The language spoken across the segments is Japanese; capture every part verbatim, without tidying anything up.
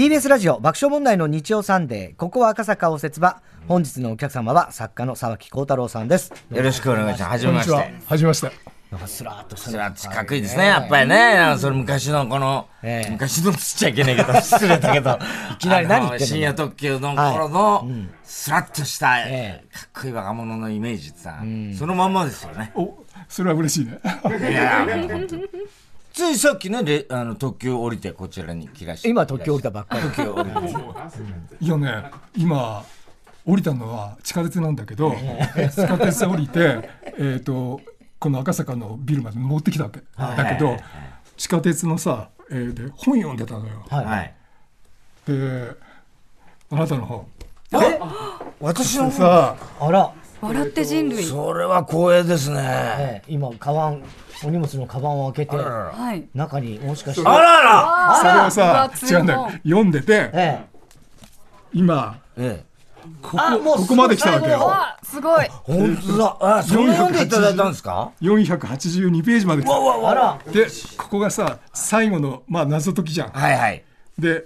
ティービーエス ラジオ爆笑問題の日曜サンデー、ここは赤坂応接場。本日のお客様は作家の沢木耕太郎さんです。 よろしくお願いします。はじめまして。 はじめまして。 なんかスラーっとスラッとかっこいいですね、やっぱりね。なんかそれ昔のこの、えー、昔のつっちゃいけないけど失礼だけどいきなり何言ってんの。 深夜特急の頃のスラッとした、えー、かっこいい若者のイメージってさ、うん、そのまんまですよね。 お、それは嬉しいね。いやついさっきね、であの特急降りてこちらに来らして、 今特急降りたばっかり。特急降りたいやね、今降りたのは地下鉄なんだけど、地下鉄降りて、えーとこの赤坂のビルまで登ってきたわけ、はい、だけど、はい、地下鉄のさ、えー、で本読んでたのよ、はい、であなたの本、 え私のさ、あら笑って人類、 それは光栄ですね、 えー、今カバン、お荷物のカバンを開けて、はい、中にもしかしてあららそれをさ違うんだよ、読んでて、えー、今、えーここ、ここまで来たわけよ。 すごい。 本当だ。あ、それ読んでいただいたんですか？ よんひゃくはちじゅうにページまで来た。わわわで、ここがさ、最後の、まあ、謎解きじゃん。 はいはい。 で、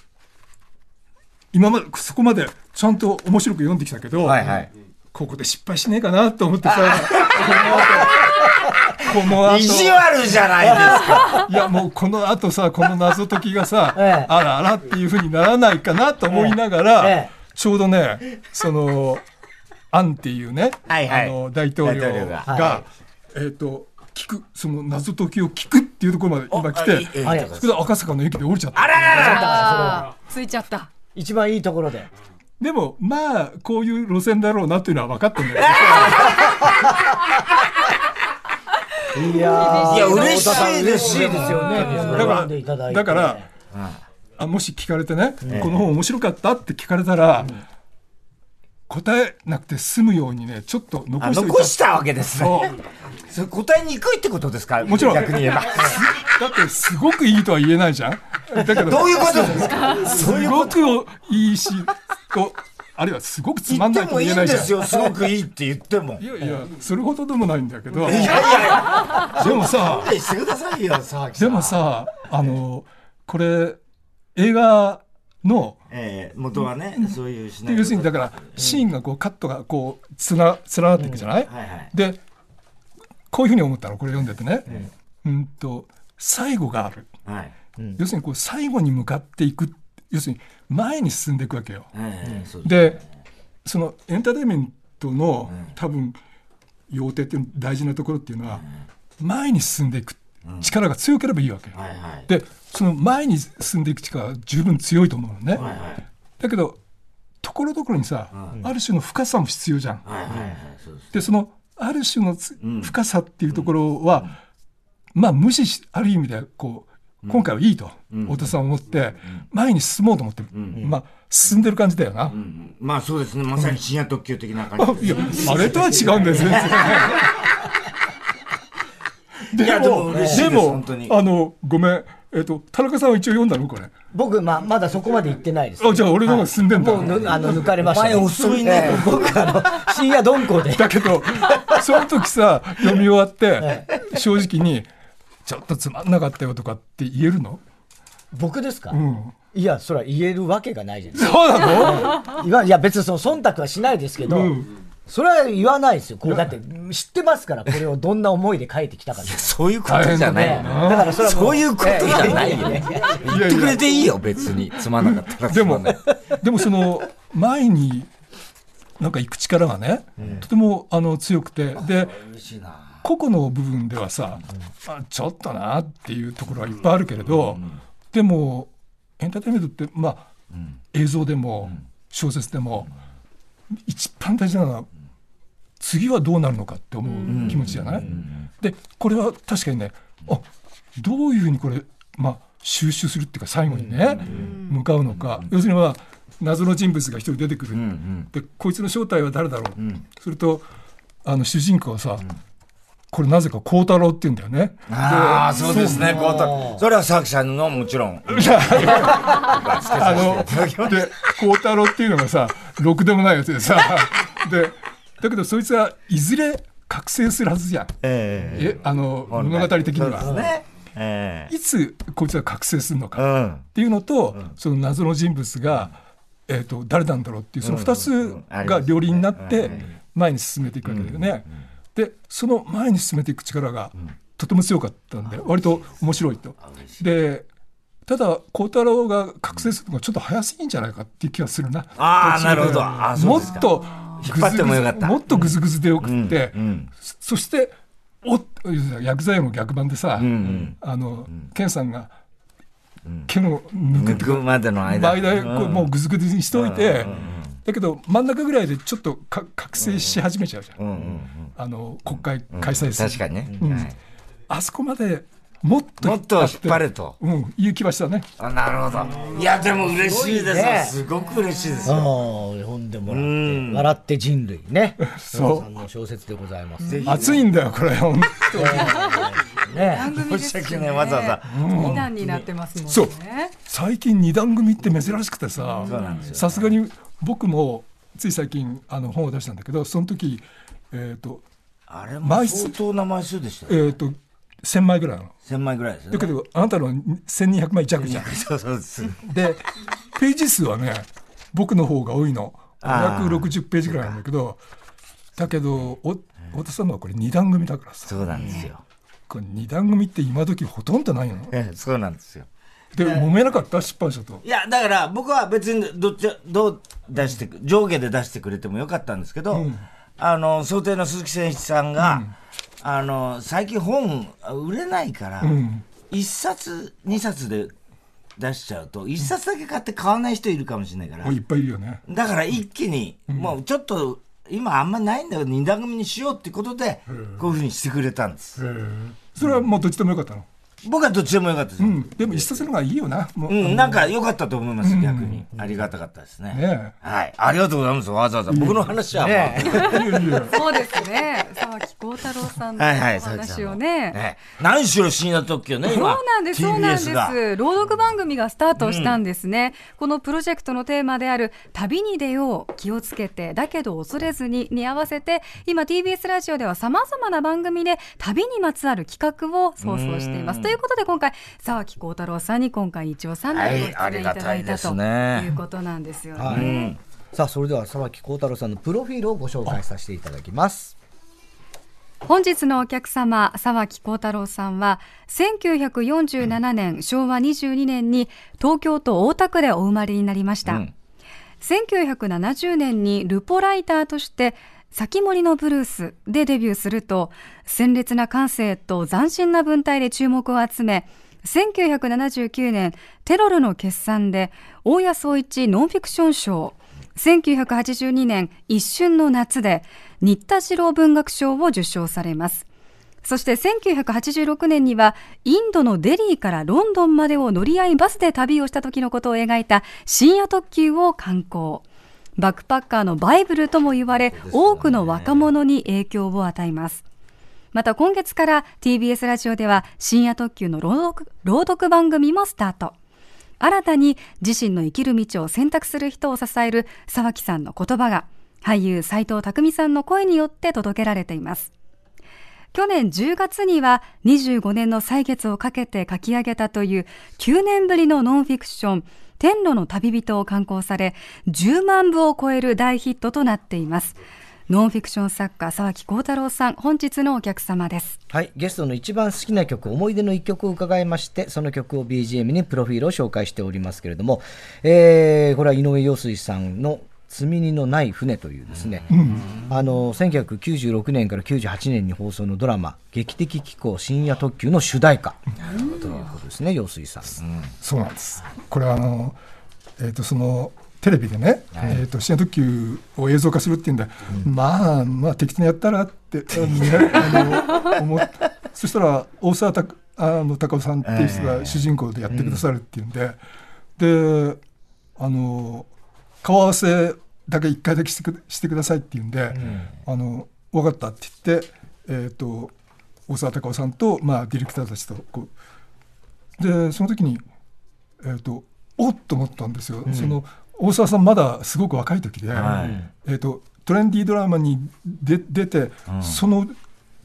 今まで、そこまでちゃんと面白く読んできたけど、はいはい、ここで失敗しねえかなと思ってさ、この後意地悪じゃないですか。 いやもうこの後さ、この謎解きがさ、ええ、あらあらっていう風にならないかなと思いながら、ええちょうどね、そのアンっていうね、はいはい、あの大統領 が, 大統領が、はい、えーと聞く、その謎解きを聞くっていうところまで今来て、それで赤坂の駅で降りちゃった。 あらららついちゃった。 一番いいところで。 でもまあこういう路線だろうなっていうのは分かってるんだよ。 いやいや嬉しいですよね。 だからだから。あもし聞かれてね、うん、この本面白かったって聞かれたら、うん、答えなくて済むようにねちょっと残しておいた。 残したわけですね。それ答えにくいってことですか？ もちろん逆に言えばだってすごくいいとは言えないじゃん。だけどどういうことですか？ すごくいいしこうあるいはすごくつまんないとも言えないじゃん。 言ってもいいんですよ、すごくいいって言っても。 いやいやそれほどでもないんだけど、 いやいやでもさしてくださいよ、さでもさあのこれ映画の、 えー、元はね、うん、そういうシナリオ要するにだからシーンがこうカットがこうつな連なっていくじゃない、うんはいはい、でこういうふうに思ったのこれ読んでてね、うん、うんと最後がある、はいうん、要するにこう最後に向かっていく、要するに前に進んでいくわけよ、はいはい、でそのエンターテインメントの、うん、多分要点っていう大事なところっていうのは、うん、前に進んでいく力が強ければいいわけ、うんはいはい、でその前に進んでいく力は十分強いと思うのね、はいはい、だけどところどころにさ、うん、ある種の深さも必要じゃん、はいはいはい、でそのある種の、うん、深さっていうところは、うん、まあ無視しある意味でこう、うん、今回はいいと、うん、太田さんは思って前に進もうと思って、うん、まあ進んでる感じだよな、うん、 まあそうですね、まさに深夜特急的な感じ、 うん、いやあれとは違うんですねでも、でも、でもあのごめん、えっと田中さんは一応読んだのこれ。 僕、まあ、まだそこまで行ってないです。 あ、じゃあ俺の方が進んでんだ、 はい、もうあの抜かれました、ね、 前遅いね、 えー、僕あの深夜鈍行でだけどその時さ読み終わって、正直にちょっとつまんなかったよとかって言えるの？ 僕ですか、 うん、 いやそれは言えるわけがないじゃないですか。そうなの？いや別にその忖度はしないですけど、うんそれは言わないですよ。こうだって知ってますから、これをどんな思いで書いてきたかって。 そういうことじゃないよ、ね、 だからそれはそういうことじゃないよね。言ってくれていいよ別に。つまんなかったらつまんない。 でもでもその前になんか行く力がね、うん、とてもあの強くて、で個々の部分ではさ、うんあ、ちょっとなっていうところはいっぱいあるけれど、うん、でもエンターテインメントってまあ、うん、映像でも小説でも、うん、一番大事なのは次はどうなるのかって思う気持ちじゃない、うん、でこれは確かにね、あどういうふうにこれ、まあ、収集するっていうか最後にね、うん、向かうのか、うん、要するには謎の人物が一人出てくる、うん、でこいつの正体は誰だろう、うん、するとあの主人公はさ、うん、これなぜか孝太郎って言うんだよね。 ああそうですね、孝太郎。それは作者のもちろんあので孝太郎っていうのがさろくでもないやつでさでだけどそいつはいずれ覚醒するはずじゃん、えー、えあの物語的には、ね、 えー、 いつこいつが覚醒するのかっていうのと、うん、その謎の人物が、うん、えー、と誰なんだろうっていうそのふたつが両輪になって前に進めていくわけだよね。でその前に進めていく力がとても強かったんで割と面白いと。でただ孝太郎が覚醒するのがちょっと早すぎんじゃないかっていう気がするな。 ああなるほど。 あもっと引っ張ってもよかった。 もっとグズグズでよくって、 うんうん、 そしてお薬剤の逆版でさ、うんうん、あの、うん、ケンさんが毛の抜くまでの間でもうグズグズにしておいて、うんうんうん、だけど真ん中ぐらいでちょっとか覚醒し始めちゃうじゃん、うんうんうん、あの国会開催する、 うん、確かにね、 うんはい、 あそこまでもっともっと引っ張れと、 うん、いう気はしたね。 あなるほど。いやでも嬉しいですよ、ね、すごく嬉しいですよ。 読んでもらって笑って人類ねそうさんの小説でございます。 熱いんだよこれ本当にね、申し訳ねわざわざに段になってますもんね。 そう最近に段組って珍しくてさ、さすがに僕もつい最近あの本を出したんだけどその時えっ、ー、とあれも相当な枚数でしたよ、ね、えっ、ー、とせんまいぐらいのせんまいぐらいですよね。 だけどあなたのせんにひゃくまい弱じゃん。 そうそうです。 でページ数はね僕の方が多いのごひゃくろくじゅうページぐらいなんだけどだけどお太田さんのはこれに段組だからさ。 そうなんですよ。 これに段組って今時ほとんどないの。 ええそうなんですよ。 で揉めなかった出版社と。 いやだから僕は別にどっちどう出して上下で出してくれてもよかったんですけど、うん、あの想定の鈴木誠一さんが、うんあの最近本売れないから、うん、いっさつにさつで出しちゃうといっさつだけ買って買わない人いるかもしれないから、 うん、いっぱいいるよね。 だから一気に、うん、もうちょっと今あんまりないんだけどに段組にしようってことでこういうふうにしてくれたんです。 それはもうどっちでもよかったの。 僕はどっちでもよかったです、うん、 でも一冊の方がいいよな。 もう、うん、なんか良かったと思います、うん、逆にありがたかったですね。ねはいありがとうございます。わざわざ僕の話は、ね、 そうですね沢木孝太郎さんのお話をね、はいはいね、 何しろ深夜特急ね今そうなんですそうなんです朗読番組がスタートしたんですね、うん、このプロジェクトのテーマである旅に出よう気をつけてだけど恐れずにに合わせて今 ティービーエス ラジオではさまざまな番組で旅にまつわる企画を放送しています。ということで今回沢木孝太郎さんに今回日曜サンデーにご出演いただいた、はい、ということなんですよね、はいうん、 さあそれでは沢木孝太郎さんのプロフィールをご紹介させていただきます。 本日のお客様沢木孝太郎さんはせんきゅうひゃくよんじゅうななねんしょうわにじゅうにねんに東京都大田区でお生まれになりました、うん、せんきゅうひゃくななじゅうねんにルポライターとして先森のブルースでデビューすると鮮烈な感性と斬新な文体で注目を集めせんきゅうひゃくななじゅうきゅうねんテロルの決算で大谷宗一ノンフィクション賞せんきゅうひゃくはちじゅうにねん一瞬の夏で新田次郎文学賞を受賞されます。そしてせんきゅうひゃくはちじゅうろくねんにはインドのデリーからロンドンまでを乗り合いバスで旅をした時のことを描いた深夜特急を刊行。バックパッカーのバイブルとも言われ、多くの若者に影響を与えます。また今月から ティービーエス ラジオでは深夜特急の朗読、朗読番組もスタート。新たに自身の生きる道を選択する人を支える沢木さんの言葉が俳優斉藤工さんの声によって届けられています。去年じゅうがつにはにじゅうごねんの歳月をかけて書き上げたというきゅうねんぶりのノンフィクション天路の旅人を刊行されじゅうまんぶを超える大ヒットとなっています。ノンフィクション作家沢木孝太郎さん、本日のお客様です。 はい、ゲストの一番好きな曲、思い出の一曲を伺いまして、その曲を ビージーエム にプロフィールを紹介しておりますけれども、えー、これは井上陽水さんの積み荷のない船というですね、うん、あのせんきゅうひゃくきゅうじゅうろくねんからきゅうじゅうはちねんに放送のドラマ劇的機構深夜特急の主題歌ということですね、陽水さん、うん、 そうなんです。これはあの、えーと、そのテレビでね、はい、えーと、深夜特急を映像化するっていうんで、うん、まあまあ適当にやったらって、ね、あの思ってそしたら大沢たあの高尾さんっていう人が主人公でやってくださるっていうんで、えー、であの顔合わせだけいっかいだけしてく、してくださいっていうんで、うん、あの分かったって言って、えーと、大沢たかおさんと、まあ、ディレクターたちとこうでその時に、えーと、おっと思ったんですよ、うん、その大沢さんまだすごく若い時で、はい、えーと、トレンディードラマに出て、うん、その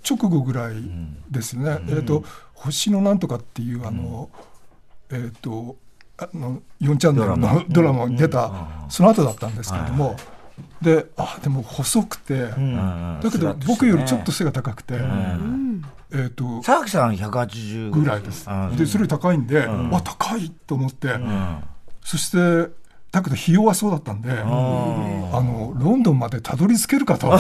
直後ぐらいですよね、うんえー、と星のなんとかっていうあの、うんえー、とあのよんチャンネルのドラマに出た、うん、その後だったんですけれども、はい、であでも細くて、うん、だけど僕よりちょっと背が高くて、うんえー、と沢木さんひゃくはちじゅうぐらいです、うん、でそれ高いんで、うん、わ高いと思って、うん、そしてだけど費用はそうだったんで、うん、あのロンドンまでたどり着けるかと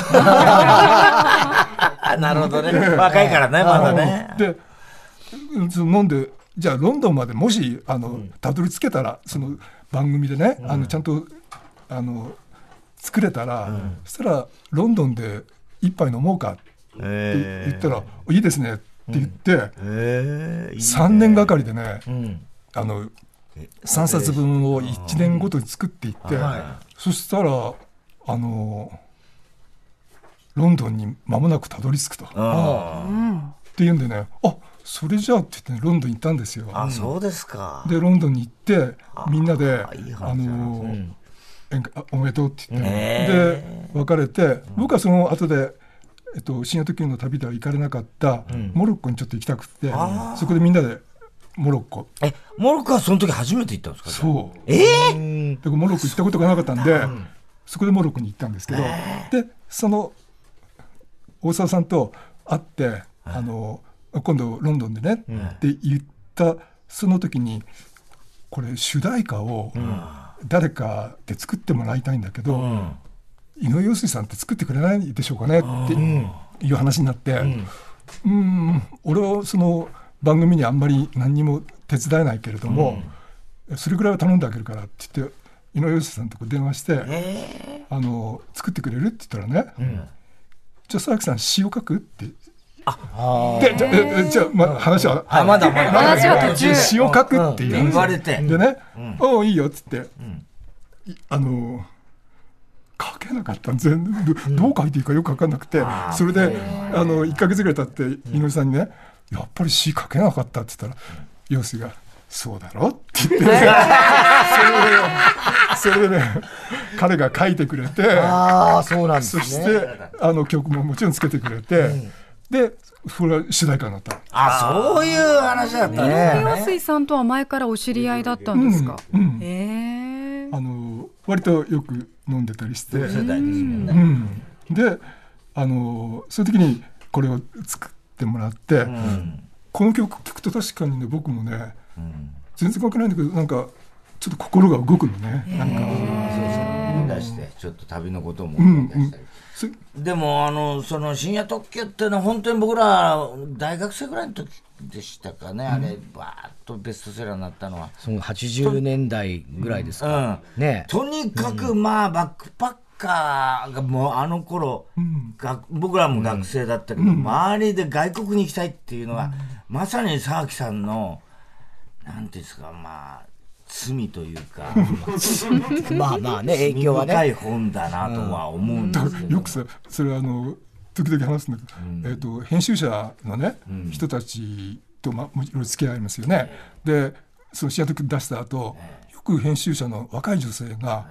なるほどね、若いからねまだねで飲んでじゃあロンドンまでもしあの、うん、たどり着けたらその番組でね、うん、あのちゃんとあの作れたら、うん、そしたらロンドンで一杯飲もうかって言ったら、えー、いいですねって言って、うんえー、いいね、さんねんがかりでね、うん、あのさんさつぶんをいちねんごとに作っていって、はい、そしたらあのロンドンに間もなくたどり着くとあっていうんでねあそれじゃあって言って、ね、ロンドンに行ったんですよ。 あそうですか。 でロンドンに行ってみんなであいいあの、うん、おめでとうって言って、で別れて僕はその後でえっと、深夜特急の旅では行かれなかったモロッコにちょっと行きたくて、うん、そこでみんなでモロッコえモロッコはその時初めて行ったんですか。 そうえー、 でモロッコ行ったことがなかったんで、うん、そこでモロッコに行ったんですけど、えー、でその大沢さんと会って、うん、あの今度ロンドンでね、うん、って言ったその時にこれ主題歌を誰かで作ってもらいたいんだけど、うん井上陽水さんって作ってくれないでしょうかねっていう話になって、うん、うん俺はその番組にあんまり何にも手伝えないけれども、うん、それぐらいは頼んであげるからって言って井上陽水さんのとこ電話して、えー、あの作ってくれるって言ったらね、うん、じゃあ沢木さん詩を書くってあでじゃじゃあ、まあ、話はあまだまだ話は途中詩を書くっていう、 うん、言われてでね、うん、おいいよっつって、うん、あの書けなかった全部どう書いていいかよく分かんなくて、うん、それであのいっかげつぐらい経って井上さんにね、うん、やっぱり詩書けなかったって言ったら陽水がそうだろって言ってそれで、それでね彼が書いてくれてあそうなんですね、 そしてあの曲ももちろんつけてくれて、うん、でそれは主題歌になった。 あそういう話だったね。 陽水さんとは前からお知り合いだったんですか。 うんうんへあの割とよく飲んでたりして世代ですもんね、 うん、であのそういう時にこれを作ってもらって、うん、この曲聴くと確かにね僕もね、うん、全然書けないんだけどなんかちょっと心が動くのね。なんか思い出してちょっと旅のことも思い出したり、うんうん、でもあのその深夜特急っていうのは本当に僕ら大学生ぐらいの時でしたかね、うん、あれバーッとベストセラーになったのはそのはちじゅうねんだいぐらいですか、うんね、 とにかくまあバックパッカーがもうあの頃、うん、僕らも学生だったけど、うん、周りで外国に行きたいっていうのは、うん、まさに沢木さんのなんていうんですかまあ罪というかまあまあね影響はね深い本だなとは思うんですけど、 よくさそれはあの時々話すんだけど、うんえー、と編集者の、ねうん、人たちと、ま、もちろん付き合いありますよね。でその深夜特急出した後よく編集者の若い女性が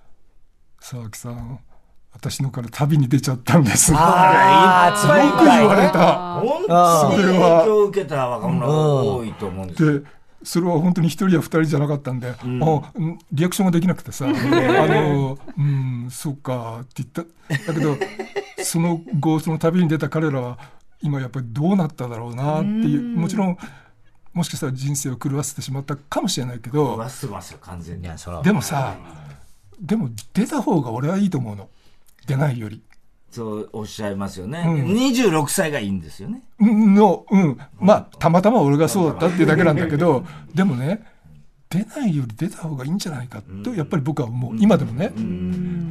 「沢木さん私のから旅に出ちゃったんです」 あすごく言われた。 本当に影響を受けた若者が多いと思うんですよ。 でそれは本当に一人や二人じゃなかったんで、うん、あリアクションができなくてさ、あのうんそうかって言っただけどその後その旅に出た彼らは今やっぱりどうなっただろうなっていう、もちろんもしかしたら人生を狂わせてしまったかもしれないけど、 狂わせてますよ完全に。 でもさでも出た方が俺はいいと思うの、出ないより。 そうおっしゃいますよね、うん、にじゅうろくさいがいいんですよねの、うん、まあたまたま俺がそうだったっていうだけなんだけどでもね出ないより出た方がいいんじゃないかとやっぱり僕はもう今でもね、うん、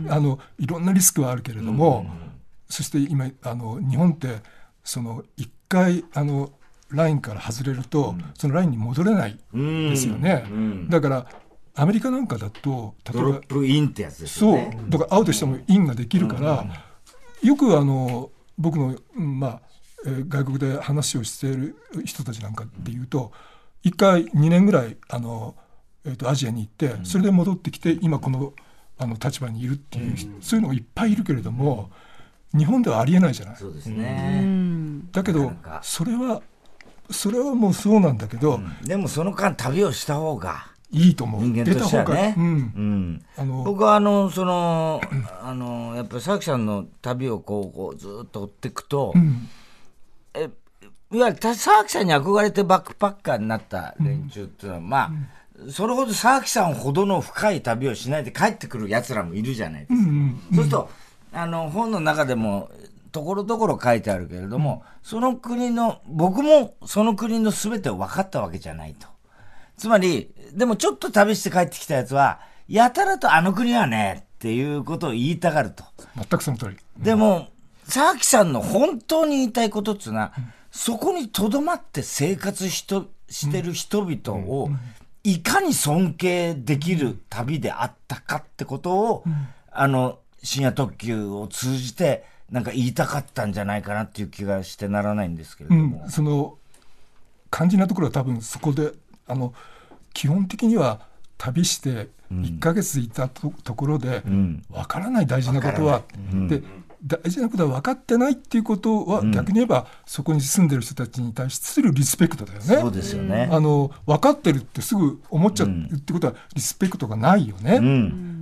あのいろんなリスクはあるけれども、うん、そして今あの日本ってその一回あのラインから外れると、うん、そのラインに戻れないですよね、うんうん、だからアメリカなんかだと例えばドロップインってやつですよね。 そうだからアウトしてもインができるから、うんよくあの僕の、まあえー、外国で話をしている人たちなんかっていうといっかいにねんぐらいあの、えー、とアジアに行ってそれで戻ってきて今この、あの立場にいるっていう、うん、そういうのがいっぱいいるけれども日本ではありえないじゃない。 そうですね。 だけどそれはそれはもうそうなんだけど、うん、 でもその間旅をした方がいいと思う。 人間としてはね。 うんうん、 あの僕はあのそのあのやっぱり沢木さんの旅をこうこうずっと追っていくと、うん、えいわゆる沢木さんに憧れてバックパッカーになった連中っていうのは、うん、まあ、うん、それほど沢木さんほどの深い旅をしないで帰ってくるやつらもいるじゃないですか。うんうん、そうするとあの本の中でもところどころ書いてあるけれども、うん、その国の僕もその国の全てを分かったわけじゃないと。つまりでもちょっと旅して帰ってきたやつはやたらとあの国はねっていうことを言いたがると。 全くその通り。 うん、でも沢木さんの本当に言いたいことっていうのは、うん、そこにとどまって生活しとしてる人々をいかに尊敬できる旅であったかってことを、うん、あの深夜特急を通じてなんか言いたかったんじゃないかなっていう気がしてならないんですけれども、 うん、その肝心なところは多分そこであの基本的には旅していっかげついた と,、うん、ところで分からない大事なことは、うん、で大事なことは分かってないっていうことは、うん、逆に言えばそこに住んでる人たちに対するリスペクトだよね。 そうですよね。 あの分かってるってすぐ思っちゃうってことはリスペクトがないよね。うん、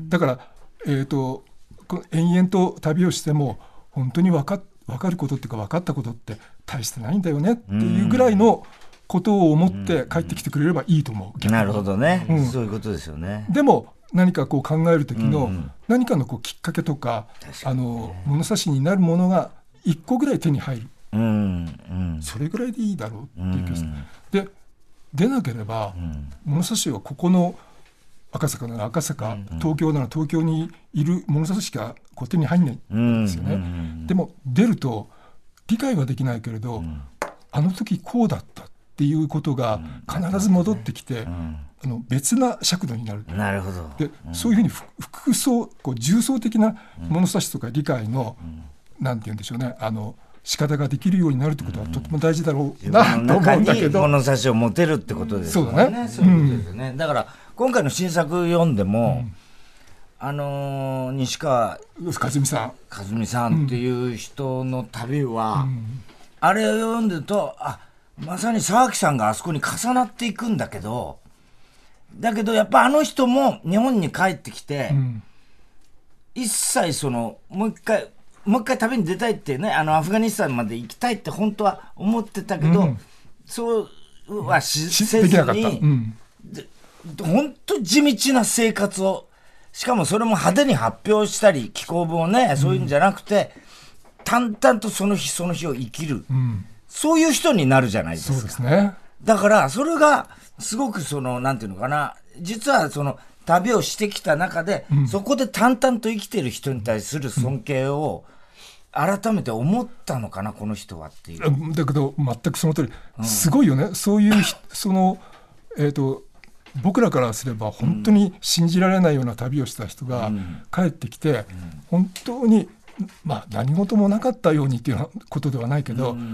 だから、えーと、延々と旅をしても本当に分か、分かることっていうか分かったことって大してないんだよねっていうぐらいのことを思って帰ってきてくれればいいと思う。 なるほどね、うん、そういうことですよね。 でも何かこう考える時の何かのこうきっかけとか、うん、あの物差しになるものがいっこぐらい手に入る、うんうん、それぐらいでいいだろうっていう気がする、うん、で出なければ、うん、物差しはここの赤坂なら赤坂、うん、東京なら東京にいる物差しかこう手に入んないんですよね、うんうんうん、でも出ると理解はできないけれど、うん、あの時こうだったっていうことが必ず戻ってきて、うん、あの別な尺度になる。 なるほど。 で、うん、そういうふうに複層こう重層的な物差しとか理解の、うん、なんて言うんでしょうね、あの仕方ができるようになるってことはとても大事だろうな、うん、と思うんだけど、 物差しを持てるってことですよね。そうだね。そういうことですよね、うん、だから今回の新作読んでも、うん、あのー、西川和美さん和美さんっていう人の旅は、うん、あれを読んでるとあまさに沢木さんがあそこに重なっていくんだけどだけどやっぱあの人も日本に帰ってきて、うん、一切そのもう一回もう一回旅に出たいってねあのアフガニスタンまで行きたいって本当は思ってたけど、うん、そうはしせずに、うん、本当地道な生活をしかもそれも派手に発表したり寄稿文をねそういうんじゃなくて、うん、淡々とその日その日を生きる、うんそういう人になるじゃないですか。 そうですね。 だからそれがすごくそのなんていうのかな実はその旅をしてきた中で、うん、そこで淡々と生きてる人に対する尊敬を改めて思ったのかなこの人はっていう。 だけど全くその通り、うん、すごいよねそういうそのえっと僕らからすれば本当に信じられないような旅をした人が帰ってきて、うん、本当にまあ、何事もなかったようにっていうことではないけど、うん、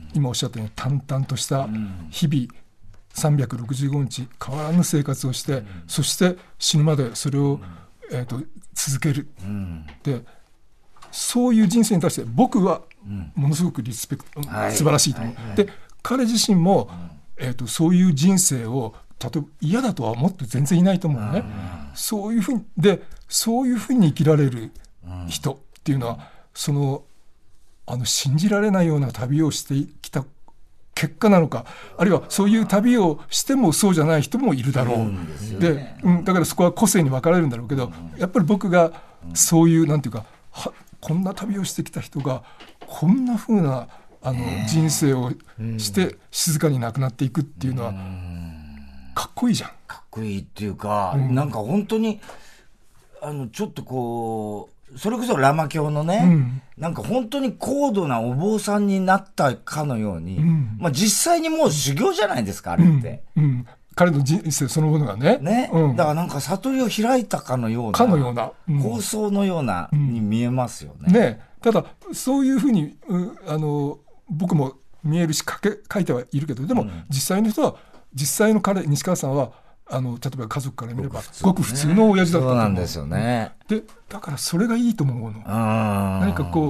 今おっしゃったように淡々とした日々さんびゃくろくじゅうごにち変わらぬ生活をして、うん、そして死ぬまでそれを、うんえー、と続ける、うん、でそういう人生に対して僕はものすごくリスペクト、うん、素晴らしいと思う、はいはい、で彼自身も、えー、とそういう人生を例えば嫌だとは思って全然いないと思うね、うん、そういうふうにでそういうふうに生きられる人、うんっていうのはそのあの信じられないような旅をしてきた結果なのかあるいはそういう旅をしてもそうじゃない人もいるだろう、うんですよね、で、うん、だからそこは個性に分かれるんだろうけど、うん、やっぱり僕がそういうなんていうかはこんな旅をしてきた人がこんな風なあの人生をして静かに亡くなっていくっていうのはかっこいいじゃん。 かっこいいっていうか、うん、なんか本当にあのちょっとこうそれこそラマ教のね、うん、なんか本当に高度なお坊さんになったかのように、うん、まあ実際にもう修行じゃないですか、あれって。 うんうん、彼の人生そのものがね。 ね、うん、だからなんか悟りを開いたかのような、 かのような、 うん、構想のようなに見えますよね。 ね、ただそういうふうに、うん、あの僕も見えるし書け書いてはいるけど、でも、うん、実際の人は実際の彼西川さんはあの例えば家族から見ればごく普通の親父だったと思う。 そうなんですよね。 でだからそれがいいと思うの。何かこ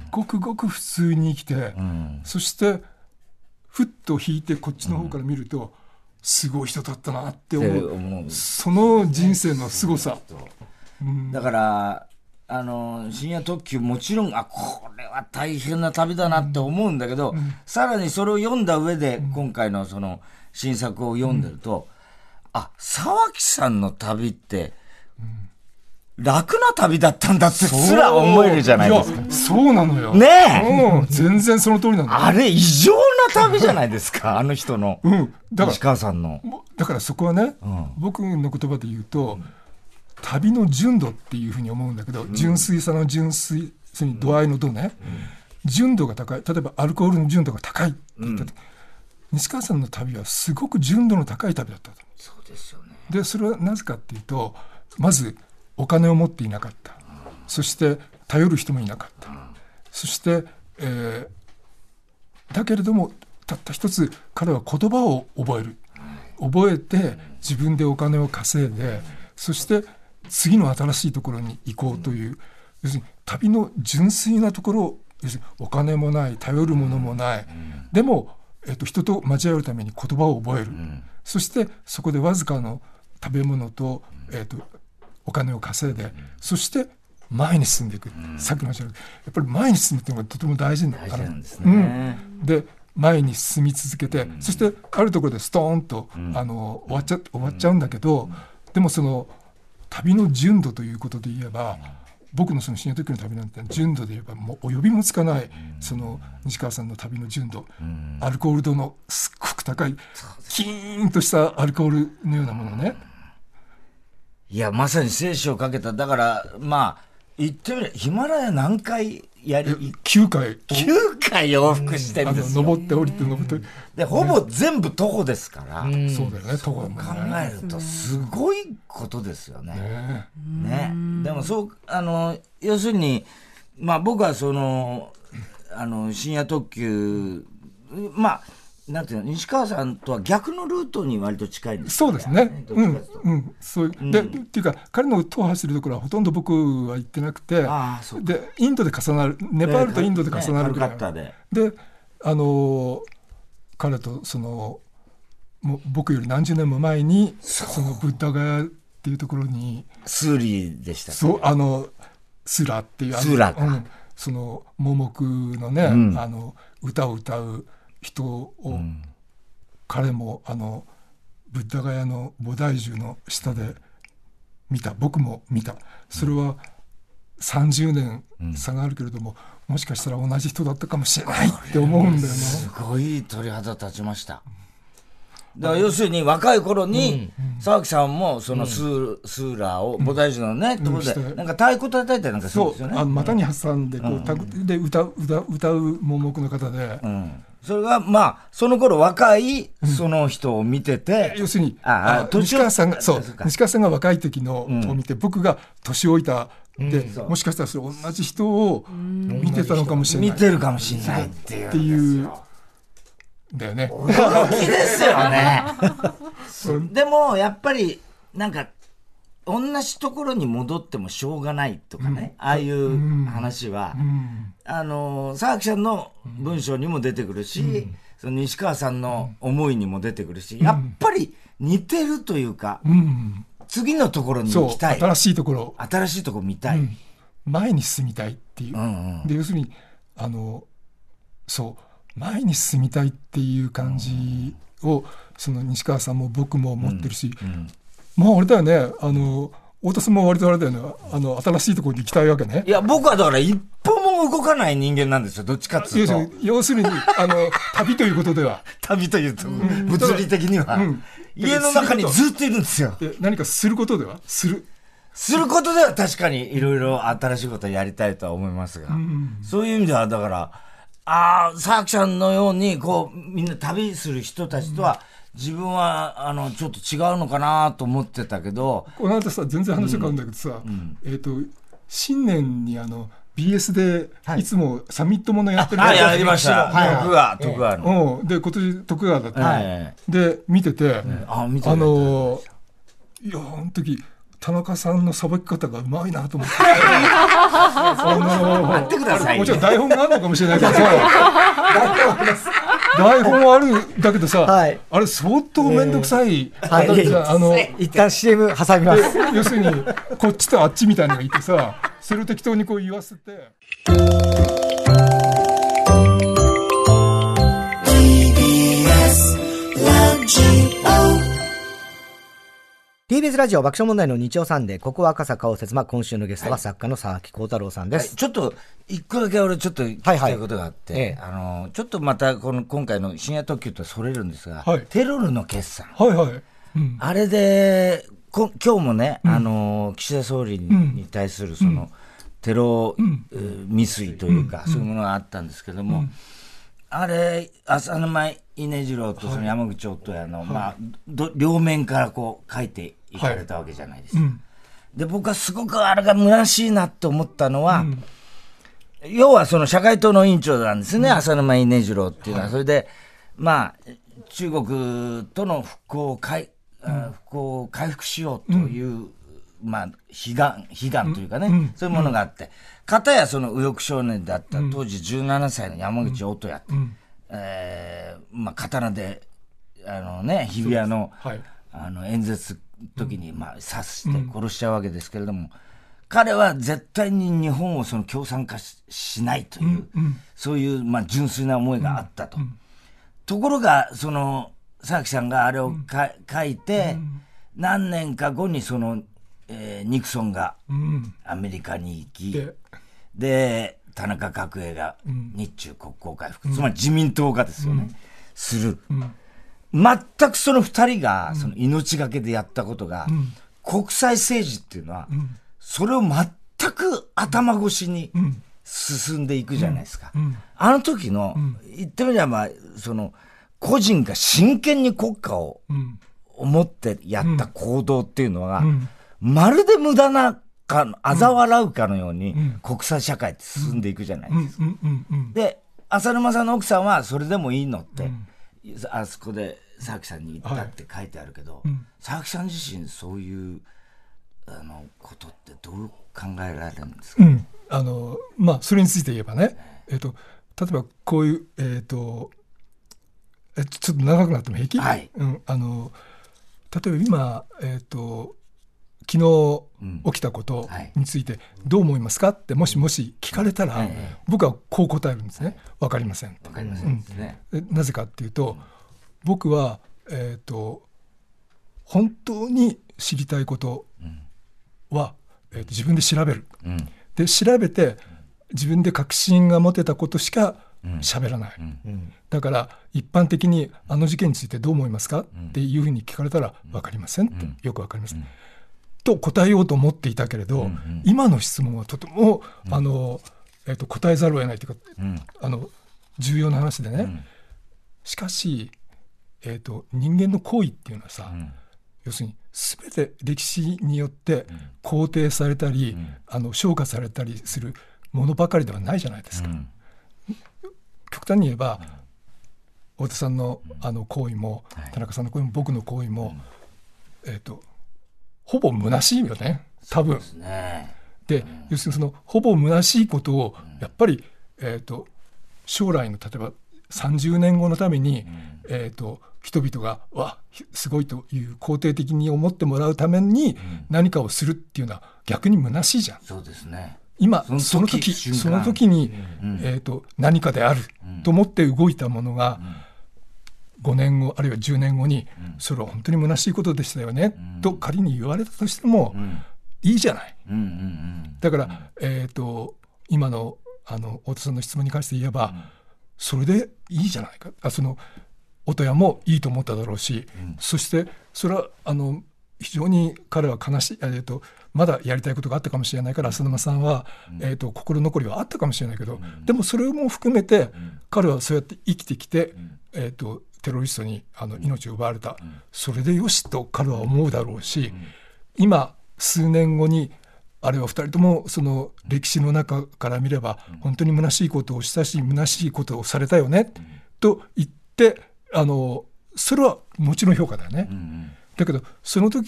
ごくごく普通に生きて、うん、そしてふっと引いてこっちの方から見ると、うん、すごい人だったなって思う、思うその人生の凄さ、 うん、だからあの深夜特急もちろんあこれは大変な旅だなって思うんだけど、うん、さらにそれを読んだ上で、うん、今回のその新作を読んでると、うん、あ沢木さんの旅って、うん楽な旅だったんだってすら思えるじゃないですか。 いや、そうなのよ。 ねえ、 うん。全然その通りなの。 あれ異常な旅じゃないですか、あの人の。うん。だから、石川さんの。 だからそこはね、うん、僕の言葉で言うと、うん、旅の純度っていうふうに思うんだけど、うん、純粋さの純粋さに度合いの度ね、うん、純度が高い。例えばアルコールの純度が高いって言った時、うん、西川さんの旅はすごく純度の高い旅だったと。 そうですよね。 で、それはなぜかっていうと、まず、お金を持っていなかった、そして頼る人もいなかった、そして、えー、だけれどもたった一つ彼は言葉を覚える、覚えて自分でお金を稼いで、そして次の新しいところに行こうという、要するに旅の純粋なところを、要するにお金もない頼るものもない、でも、えーと、人と交わるために言葉を覚える、そしてそこでわずかの食べ物と、えーとお金を稼いで、うん、そして前に進んでいく、うん、さっきの話やっぱり前に進むっていうのがとても大事なのかな。大事なんですね、うん、で前に進み続けて、うん、そしてあるところでストーンと、うん、あの終わっちゃ、終わっちゃうんだけど、うん、でもその旅の純度ということで言えば、うん、僕のその深夜特急の旅なんて純度で言えばもうお呼びもつかない、うん、その西川さんの旅の純度、うん、アルコール度のすっごく高いキーンとしたアルコールのようなものね、 いや、まさに生死をかけた。だから、まあ、言ってみれば、ヒマラヤ何回やり、 きゅうかい。 きゅうかい往復してるんですよ。 登って降りて登って。 で、ほぼ全部徒歩ですから。 うん、そうだよね、徒歩もね。考えると、すごいことですよね。ね。ね。でも、そう、あの、要するに、まあ僕はその、あの、深夜特急、まあ、なんていうの、西川さんとは逆のルートに割と近いんですそうですね。うん、うん、そういう、うん、で、っていうか、彼の踏破してるところはほとんど僕は行ってなくて、あそうで、インドで重なる、ネパールとインドで重なるぐらい。ね、で、で、あのー、彼とその、もう僕より何十年も前に、そのブッダガヤっていうところに、 スーリーでした、 ね。そう、あの、スラっていう、 スラか、うん、 その、盲目のね、うん、あの、歌を歌う、人を、うん、彼もあのブッダガヤの菩提樹の下で見た、僕も見た。それはさんじゅうねん差があるけれども、うん、もしかしたら同じ人だったかもしれないって思うんだよね。 すごい鳥肌立ちました。だから要するに若い頃に沢木さんもそのスー、うん、スーラーを菩提樹のね、うん、ところでなんか太鼓叩いたりなんかするんですよね。 そう、あの股に挟んでこう、うん、で歌う歌う歌う盲目の方で、うん、 それがまあその頃若いその人を見てて、 うん、要するにああ西川さんがそう西川さんが若い時のを見て、うん、僕が年老いたで、うん、もしかしたらそれ同じ人を見てたのかもしれない、 見てるかもしれないっていうっていうだよね。 驚きですよね。でもやっぱりなんか同じところに戻ってもしょうがないとかね、うん、ああいう話は、うん、あの沢木さんの文章にも出てくるし、うん、その西川さんの思いにも出てくるし、うん、やっぱり似てるというか、うん、次のところに行きたい、 新しいところ新しいところ見たい、うん、 前に進みたいっていう、うんうん、で要するにあのそう前に進みたいっていう感じをその西川さんも僕も持ってるし、うんうん、まああれだよね、あの太田さんも割とあれだよね、あの新しいところに行きたいわけね。 いや僕はだから一歩も動かない人間なんですよ、どっちかっていうと。 要するにあの旅ということでは旅というと、うん、物理的には、うん、家の中にずっといるんですよ。 何かすることではするすることでは確かにいろいろ新しいことをやりたいとは思いますが、うん、そういう意味ではだからああ沢木さんのようにこうみんな旅する人たちとは、うん、自分はあのちょっと違うのかなと思ってたけど、 この間さ全然話が変わるんだけどさ、うん、えっ、ー、と新年にあの ビーエス でいつもサミットものやってる、 はい、あやりました、はい、徳川徳川の、うん、で今年徳川だった、はい、で見てて、うん、あ見てあのいやあの時田中さんのさばき方がうまいなと思ってあの待ってください、ね、 もちろん台本があるのかもしれないけどさ台本あるだけどさ、はい、あれ相当面倒くさい、 えーはい、あの一旦 シーエム 挟みます。 要するにこっちとあっちみたいなのがいてさ、それを適当にこう言わせてティービーエス ラジオ爆笑問題の日曜サンデー、ここは赤坂応接間、今週のゲストは作家の沢木耕太郎さんです、はい、 ちょっと一個だけ俺ちょっと聞きたいことがあって、はいはい、あのちょっとまたこの今回の深夜特急とそれるんですが、はい、テロルの決算、 はいはいうん、あれでこ今日もね、うん、あの岸田総理に対するその、うん、テロ、うん、未遂というか、うん、そういうものがあったんですけども、うん、あれ浅沼稲次郎とその山口夫やの、はいまあ、ど両面からこう書いていかれたわけじゃないですか、はいうん、で僕はすごくあれが虚しいなと思ったのは、うん、要はその社会党の委員長なんですね、うん、浅沼稲次郎っていうのは、はい、それでまあ中国との復興を回、うん、復興を回復しようという、うんまあ、悲願、悲願というかね、うん、そういうものがあって、かたやその右翼少年であった当時じゅうななさいの山口音也、うんえーまあ、刀であの、ね、日比谷の、はい、あの演説の時に、まあ、刺して殺しちゃうわけですけれども、うん、彼は絶対に日本をその共産化 し, しないという、うん、そういう、まあ、純粋な思いがあったと。うん、ところがその沢木さんがあれをか、うん、書いて、うん、何年か後にそのえー、ニクソンがアメリカに行き、うん、で田中角栄が日中国交回復、うん、つまり自民党がですよね、うん、する、うん、全くその二人がその命がけでやったことが、うん、国際政治っていうのは、うん、それを全く頭越しに進んでいくじゃないですか、うんうん、あの時の、うん、言ってみればその個人が真剣に国家を思ってやった行動っていうのは、うんうんまるで無駄なか、嘲笑うかのように、国際社会って進んでいくじゃないですか。で、浅沼さんの奥さんはそれでもいいのって、うん、あそこで沢木さんに言ったって書いてあるけど、はいうん、沢木さん自身そういうあのことってどう考えられるんですか、 うんあのまあ、それについて言えばね、えーと、例えばこういう、えーと、えちょっと長くなっても平気、はいうん、あの例えば今、えーと昨日起きたことについてどう思いますかってもしもし聞かれたら、はい、僕はこう答えるんですね。分かりません。 分かりませんですね。 うん、なぜかっていうと、うん、僕は、えーと、本当に知りたいことは、うんえーと、自分で調べる、うん、で調べて自分で確信が持てたことしか喋らない、うんうん、だから一般的にあの事件についてどう思いますか、うん、っていうふうに聞かれたら分かりませんって、うん、よく分かりません、うんと答えようと思っていたけれど、うんうん、今の質問はとても、うんあのえー、と答えざるを得ないというか、うん、あの重要な話でね、うん、しかし、えー、と人間の行為っていうのはさ、うん、要するに全て歴史によって肯定されたり、うん、あの昇華されたりするものばかりではないじゃないですか、うん、極端に言えば、うん、太田さん の, あの行為も、はい、田中さんの行為も僕の行為も、うんえー、とほぼ虚しいよね多分。そうですね。で、うん、要するにそのほぼ虚しいことをやっぱり、うんえー、と将来の例えばさんじゅうねんごのために、うんえー、と人々がわすごいという肯定的に思ってもらうために何かをするっていうのは逆に虚しいじゃん。 そうですね。 今その 時, その 時, その時に、うんえー、と何かであると思って動いたものが、うんごねんごあるいはじゅうねんごに、うん、それは本当に虚しいことでしたよね、うん、と仮に言われたとしても、うん、いいじゃない、うんうんうん、だから、うんえー、と今 の, あの太田さんの質問に関して言えば、うん、それでいいじゃないかあその音谷もいいと思っただろうし、うん、そしてそれはあの非常に彼は悲しい、えー、とまだやりたいことがあったかもしれないから浅沼さんは、うんえー、と心残りはあったかもしれないけど、うん、でもそれも含めて、うん、彼はそうやって生きてきて、うんえー、とテロリストにあの命を奪われた、うん、それでよしと彼は思うだろうし、うん、今数年後にあれはふたりともその歴史の中から見れば、うん、本当に虚しいことをしたし虚しいことをされたよね、うん、と言ってあのそれはもちろん評価だよね、うん、だけどその時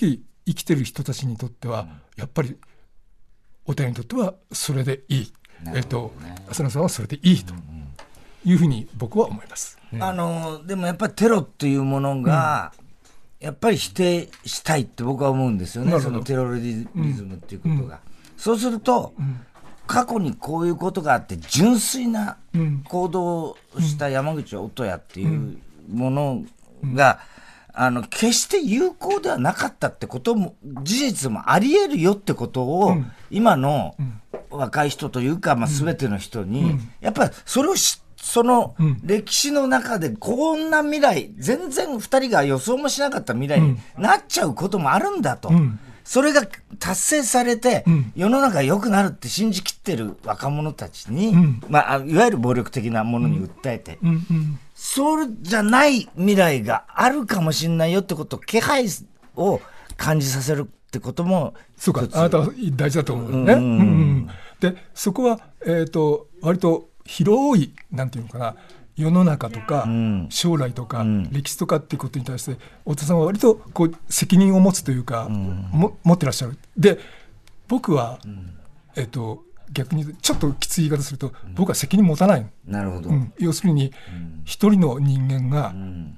生きてる人たちにとっては、うん、やっぱりおたやにとってはそれでいい、ね、えっと浅野さんはそれでいいというふうに僕は思います、 うん、あのでもやっぱりテロっていうものが、うん、やっぱり否定したいって僕は思うんですよね、そのテロリズムっていうことが、うん、そうすると、うん、過去にこういうことがあって純粋な行動をした山口音也っていうものが、うん、あの決して有効ではなかったってことも事実もあり得るよってことを、うん、今の若い人というか、まあ、全ての人に、うん、やっぱりそれを知ってその歴史の中でこんな未来、全然ふたりが予想もしなかった未来になっちゃうこともあるんだと、うん、それが達成されて、うん、世の中良くなるって信じきってる若者たちに、うんまあ、いわゆる暴力的なものに訴えて、うんうんうん、そうじゃない未来があるかもしれないよってことを気配を感じさせるってこともそうか、あなたは大事だと思うね、うんうんうん、でそこは、えーと、割と広いなんていうのかな、世の中とか、うん、将来とか、うん、歴史とかっていうことに対して太田さんは割とこう責任を持つというか、うん、も持ってらっしゃる。で僕は、うんえー、と逆にちょっときつい言い方すると、うん、僕は責任持たない、 なるほど、 うん、要するに一、うん、人の人間が、うん、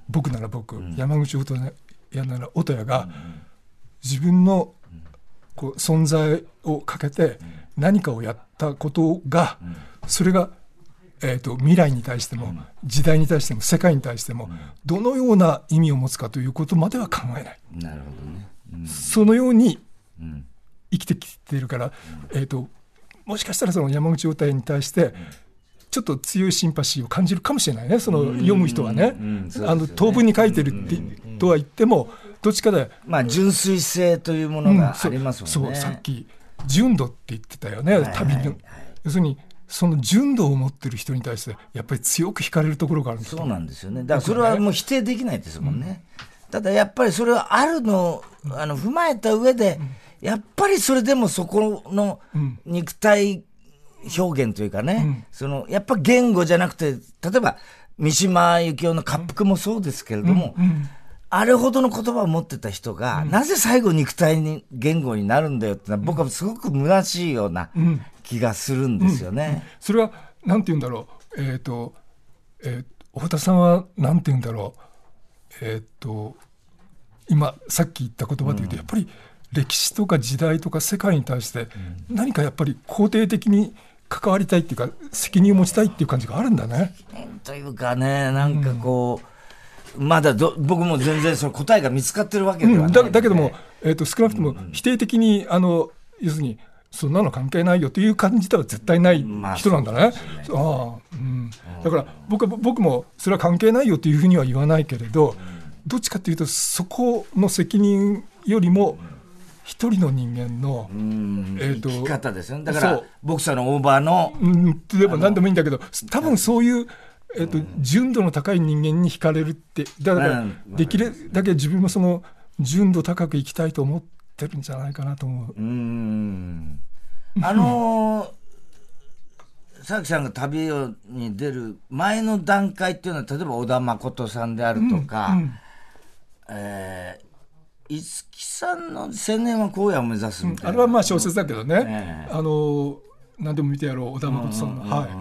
僕なら僕、うん、山口音也なら音也が、うん、自分のこう存在をかけて何かをやったことが、うん、それがえー、と未来に対しても、うん、時代に対しても世界に対しても、うん、どのような意味を持つかということまでは考えない。 なるほどね、うん、 そのように生きてきているから、うんえー、ともしかしたらその山口音也に対してちょっと強いシンパシーを感じるかもしれないね、その読む人はね、うんうんうん、あの当文に書いてるって、うん、とは言ってもどっちかで、 まあ、純粋性というものがありますもんね、 うん、そう、そうさっき純度って言ってたよね、はいはいはい、旅の要するにその純度を持ってる人に対してやっぱり強く惹かれるところがあるんです。 そうなんですよね。だからそれはもう否定できないですもんね、うん、ただやっぱりそれはあるの、あの踏まえた上で、うん、やっぱりそれでもそこの肉体表現というかね、うん、そのやっぱ言語じゃなくて、例えば三島由紀夫の滑腹もそうですけれども、うんうん、あれほどの言葉を持ってた人が、うん、なぜ最後肉体に言語になるんだよってのは僕はすごく虚しいような、うん気がするんですよね、うんうん、 それはなんて言うんだろう、えーとえー、太田さんはなんて言うんだろう、えーと今さっき言った言葉で言うと、うん、やっぱり歴史とか時代とか世界に対して何かやっぱり肯定的に関わりたいっていうか責任を持ちたいっていう感じがあるんだね。 というかね、なんかこう、うん、まだど僕も全然その答えが見つかってるわけではない、うん、 だ, だけども、えーと少なくとも否定的にあの要するにそんなの関係ないよという感じでは絶対ない人なんだね。まあ、そうあ、うん、だから僕は僕もそれは関係ないよというふうには言わないけれど、どっちかというとそこの責任よりも一人の人間の、 うんえー、と生き方ですよね。だからボクサーのオーバーの、 うん、例えば何でもいいんだけど、多分そういう、えー、と純度の高い人間に惹かれるって、だからできるだけ自分もその純度高く生きたいと思っててるんじゃないかなと思う。うーんあのー、佐々木さんが旅に出る前の段階っていうのは、例えば小田誠さんであるとか、うんうんえー、五木さんの青年は荒野を目指すみたいな、 うん、あれはまあ小説だけどね、えー、あのー、何でも見てやろう小田誠さんの、うんうんうんはい、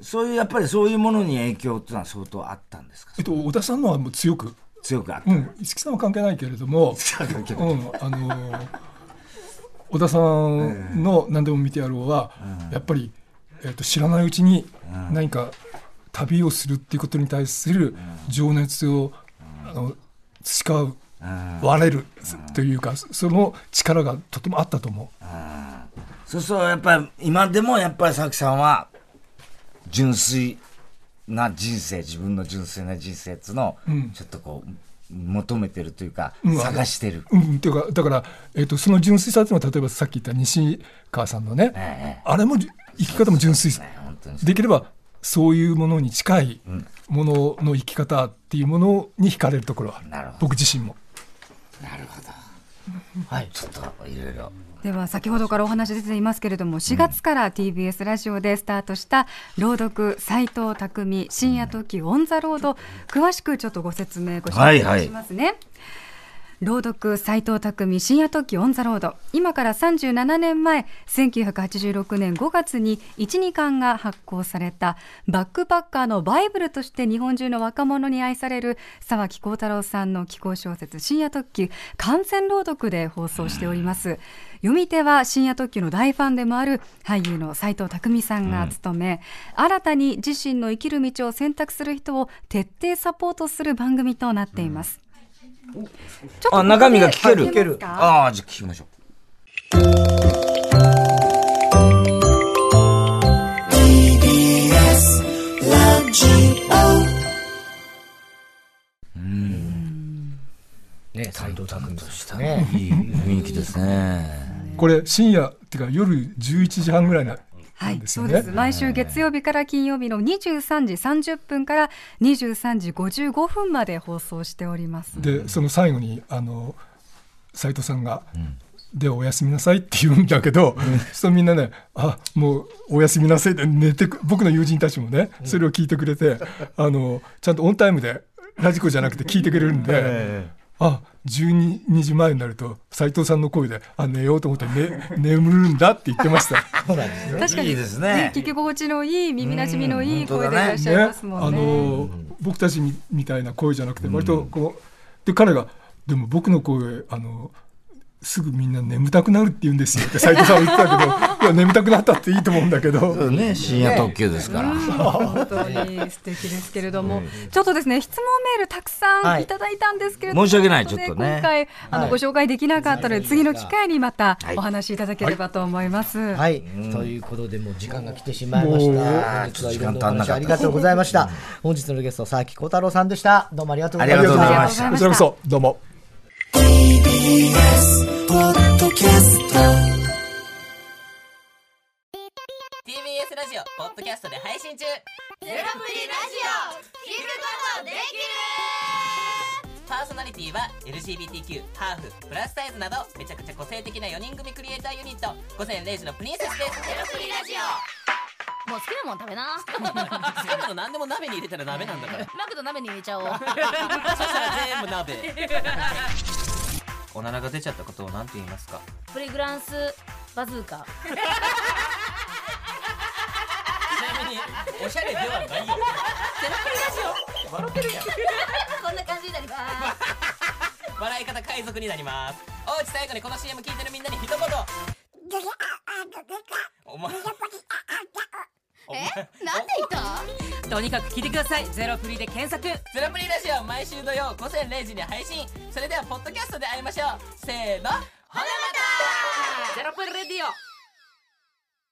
そういうやっぱりそういうものに影響っていうのは相当あったんですか。 えっと、小田さんのはもう強く強くあった、 うん、五木さんは関係ないけれども、うん、あのー、小田さんの何でも見てやろうは、うん、やっぱり、えーと、知らないうちに何か旅をするっていうことに対する情熱を、うん、あの培う、うん、割れるというか、うん、その力がとてもあったと思う、うん、 そうするとやっぱり今でもやっぱり佐々木さんは純粋な人生、自分の純粋な人生っていうのをちょっとこう、うん求めてるというか、うん、探してる、 うん、っていうかだから、えーと、その純粋さというのは例えばさっき言った西川さんのね、ええ、あれも生き方も純粋さ、ね、できればそういうものに近いものの生き方っていうものに惹かれるところは、うん、僕自身も。 なるほど、はい、ちょっといろいろでは先ほどからお話出ていますけれども、しがつから ティービーエス ラジオでスタートした朗読斎藤工深夜特急オンザロード、詳しくちょっとご説明ご紹介しますね、はいはい。 朗読斉藤匠深夜特急オンザロード。今からさんじゅうななねんまえ、せんきゅうひゃくはちじゅうろくねんごがつにいち、にかんが発行されたバックパッカーのバイブルとして日本中の若者に愛される沢木耕太郎さんの紀行小説深夜特急完全朗読で放送しております。読み手は深夜特急の大ファンでもある俳優の斉藤匠さんが務め、うん、新たに自身の生きる道を選択する人を徹底サポートする番組となっています。うん、ちょっとあ、中身が聞ける。 聞ける。 ああ、じゃあ聞きましょう。ティービーエス ラジオ。うん。 ね、斉藤匠としたね、いい雰囲気ですね。 これ深夜っていうか夜じゅういちじはんぐらいな。 はい、そうです。毎週月曜日から金曜日のにじゅうさんじさんじゅっぷんからにじゅうさんじごじゅうごふんまで放送しております。 で、その最後にあの斉藤さんが、うん、でおやすみなさいって言うんだけど、うん、そうみんなね、あ、もうおやすみなさいで寝てく、僕の友人たちもね、それを聞いてくれて、あのちゃんとオンタイムでラジコじゃなくて聞いてくれるんで、えーあ、じゅうにじまえになると斉藤さんの声で、あ、寝ようと思って、ね、眠るんだって言ってました。 そうなんですよ。確かにいいですね。聞き心地のいい、耳なじみのいい声でいらっしゃいますもんね。 ね、あの僕たちみたいな声じゃなくて割とこうで、彼がでも僕の声あのすぐみんな眠たくなるって言うんですよって斉藤さんは言ってたけどいや眠たくなったっていいと思うんだけど、 そうね、深夜特急ですから、ね、 本当に素敵ですけれども、ちょっとですね、質問メールたくさんいただいたんですけれども、 はい、申し訳ない、ちょっとね今回あの、はい、ご紹介できなかったので、次の機会にまたお話しいただければと思います。 はい、はい、ということでもう時間が来てしまいました。本日はいろんなお話ありがとうございました。本日のゲスト沢木耕太郎さんでした。どうもありがとうございました。 ありがとうございました。 こちらこそどうも。 ティービーエス ポッドキャスト ティービーエス ラジオポッドキャストで配信中。ゼロプリラジオ聞くことできる。パーソナリティは エルジービーティーキュー、ハーフ、プラスサイズなどめちゃくちゃ個性的なよにん組クリエイターユニット午前れいじのプリンセスです。ゼロプリラジオ、もう好きなもん食べな。好きなの何でも鍋に入れたら鍋なんだから。マクド鍋に入れちゃおう。そしたら全部鍋。おならが出ちゃったことを何て言いますか？プリグランスバズーカ。ちなみにおしゃれではないよ。ゼロプリラジオ笑ってるやん。こんな感じになります。笑い方海賊になります。おうち最後にこの シーエム 聞いてるみんなに一言。お前え？なんて言った？とにかく聞いてください。ゼロプリで検索。ゼロプリラジオ毎週土曜午前れいじに配信。それではポッドキャストで会いましょう。せーの、ほなまた。ゼロプリレディオ。